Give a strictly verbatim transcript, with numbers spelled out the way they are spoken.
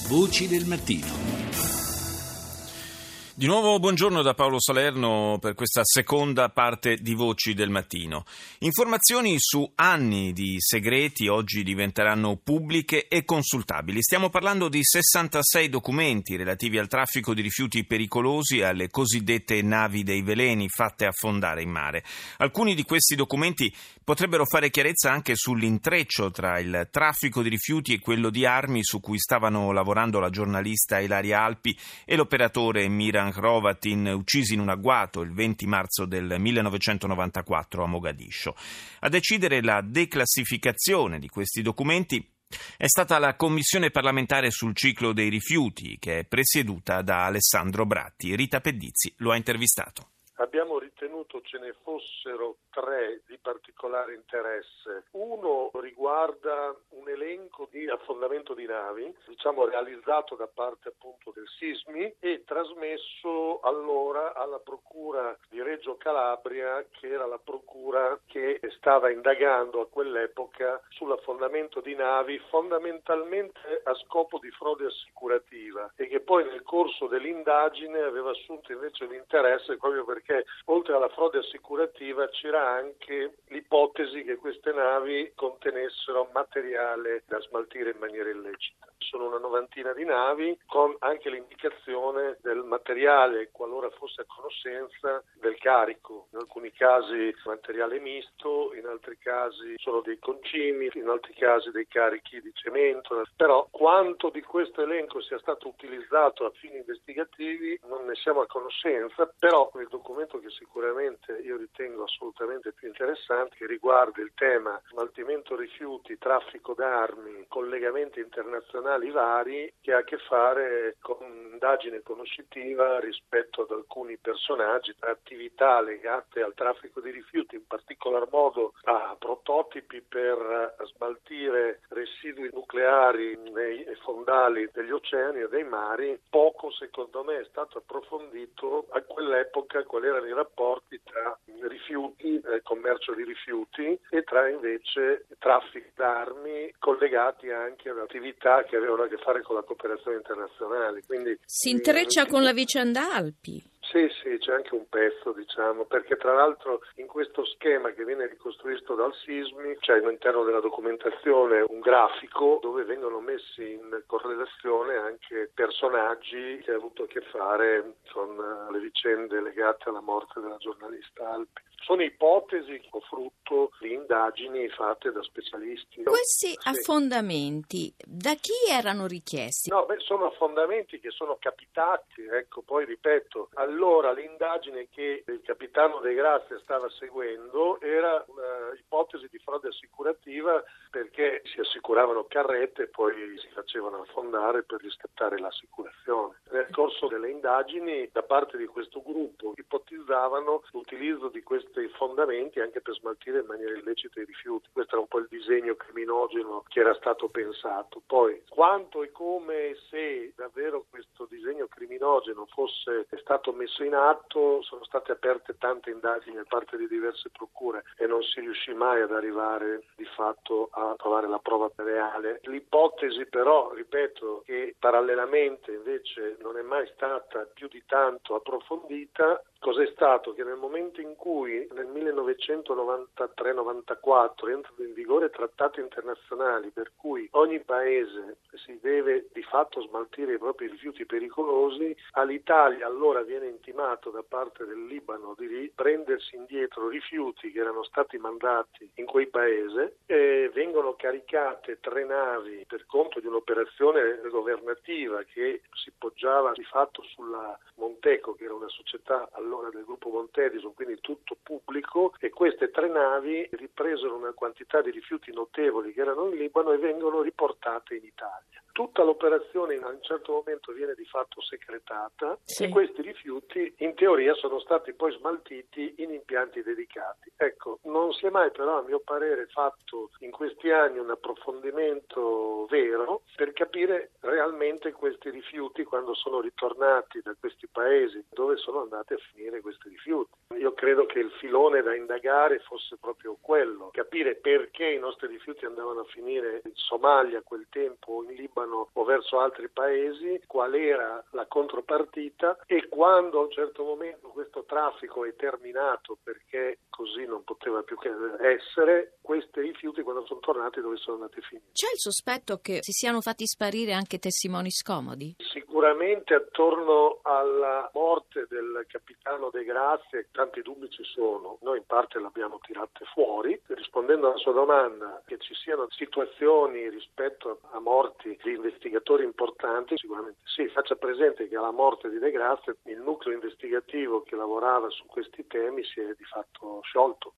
Voci del mattino. Di nuovo buongiorno da Paolo Salerno per questa seconda parte di Voci del Mattino. Informazioni su anni di segreti oggi diventeranno pubbliche e consultabili. Stiamo parlando di sessantasei documenti relativi al traffico di rifiuti pericolosi e alle cosiddette navi dei veleni fatte affondare in mare. Alcuni di questi documenti potrebbero fare chiarezza anche sull'intreccio tra il traffico di rifiuti e quello di armi su cui stavano lavorando la giornalista Ilaria Alpi e l'operatore Miran Hrovatin, uccisi in un agguato il venti marzo del millenovecentonovantaquattro a Mogadiscio. A decidere la declassificazione di questi documenti è stata la Commissione parlamentare sul ciclo dei rifiuti, che è presieduta da Alessandro Bratti. Rita Pedizzi lo ha intervistato. Abbiamo ritenuto ce ne fossero tre di particolare interesse. Uno riguarda un elenco di affondamento di navi, diciamo realizzato da parte appunto del SISMI e trasmesso allora alla Procura di Reggio Calabria, che era la procura che stava indagando a quell'epoca sull'affondamento di navi fondamentalmente a scopo di frode assicurativa e che poi nel corso dell'indagine aveva assunto invece l'interesse proprio perché che oltre alla frode assicurativa c'era anche l'ipotesi che queste navi contenessero materiale da smaltire in maniera illecita. Sono una novantina di navi con anche l'indicazione del materiale, qualora fosse a conoscenza, del carico. In alcuni casi materiale misto, in altri casi sono dei concimi, in altri casi dei carichi di cemento. Però quanto di questo elenco sia stato utilizzato a fini investigativi non ne siamo a conoscenza, però il documento che sicuramente io ritengo assolutamente più interessante, che riguarda il tema smaltimento rifiuti, traffico d'armi, collegamenti internazionali vari, che ha a che fare con indagine conoscitiva rispetto ad alcuni personaggi, attività legate al traffico di rifiuti, in particolar modo a prototipi per smaltire residui nucleari nei fondali degli oceani e dei mari. Poco, secondo me, è stato approfondito a quell'epoca quali erano i rapporti tra rifiuti, eh, commercio di rifiuti e tra invece traffico d'armi collegati anche ad attività che avevano a che fare con la cooperazione internazionale. Quindi si intreccia con la vicenda Alpi? Sì, sì, c'è anche un pezzo, diciamo, perché tra l'altro in questo schema che viene ricostruito dal SISMI c'è all'interno della documentazione un grafico dove vengono messi in correlazione anche personaggi che hanno avuto a che fare con le vicende legate alla morte della giornalista Alpi. Sono ipotesi o frutto di indagini fatte da specialisti. Questi sì. affondamenti da chi erano richiesti? No, beh, sono affondamenti che sono capitati, ecco, poi ripeto, allora l'indagine che il capitano De Grazia stava seguendo era un'ipotesi di frode assicurativa perché si assicuravano carrette e poi si facevano affondare per riscattare l'assicurazione. Nel corso delle indagini da parte di questo gruppo ipotizzavano l'utilizzo di questi fondamenti anche per smaltire in maniera illecita i rifiuti. Questo era un po' il disegno criminogeno che era stato pensato. Poi quanto e come e se davvero questo disegno criminogeno fosse stato messo in atto, sono state aperte tante indagini da parte di diverse procure e non si riuscì mai ad arrivare di fatto a trovare la prova reale. L'ipotesi però, ripeto, che parallelamente invece non è mai stata più di tanto approfondita, cos'è stato? Che nel momento in cui nel millenovecentonovantatré novantaquattro entrano in vigore trattati internazionali per cui ogni paese si deve di fatto smaltire i propri rifiuti pericolosi, all'Italia allora viene intimato da parte del Libano di prendersi indietro rifiuti che erano stati mandati in quel paese e vengono caricate tre navi per conto di un'operazione governativa che si poggiava di fatto sulla Monteco, che era una società allora del gruppo Montedison, quindi tutto pubblico, e queste tre navi ripresero una quantità di rifiuti notevoli che erano in Libano e vengono riportate in Italia. Tutta l'operazione in un certo momento viene di fatto secretata sì. E questi rifiuti in teoria sono stati poi smaltiti in impianti dedicati. Ecco, non si è mai però a mio parere fatto in questi anni un approfondimento vero per capire realmente questi rifiuti quando sono ritornati da questi paesi, dove sono andati a finire questi rifiuti. Io credo che il filone da indagare fosse proprio quello, capire perché i nostri rifiuti andavano a finire in Somalia a quel tempo, in Libano Libano o verso altri paesi, qual era la contropartita e quando a un certo momento questo traffico è terminato, perché così non poteva più che essere, questi rifiuti quando sono tornati dove sono andati a finire. C'è il sospetto che si siano fatti sparire anche testimoni scomodi? Sicuramente attorno alla morte del capitano De Grazia tanti dubbi ci sono. Noi in parte l'abbiamo tirate fuori, rispondendo alla sua domanda, che ci siano situazioni rispetto a morti di investigatori importanti, sicuramente sì. Faccia presente che alla morte di De Grazia il nucleo investigativo che lavorava su questi temi si è di fatto sciolto.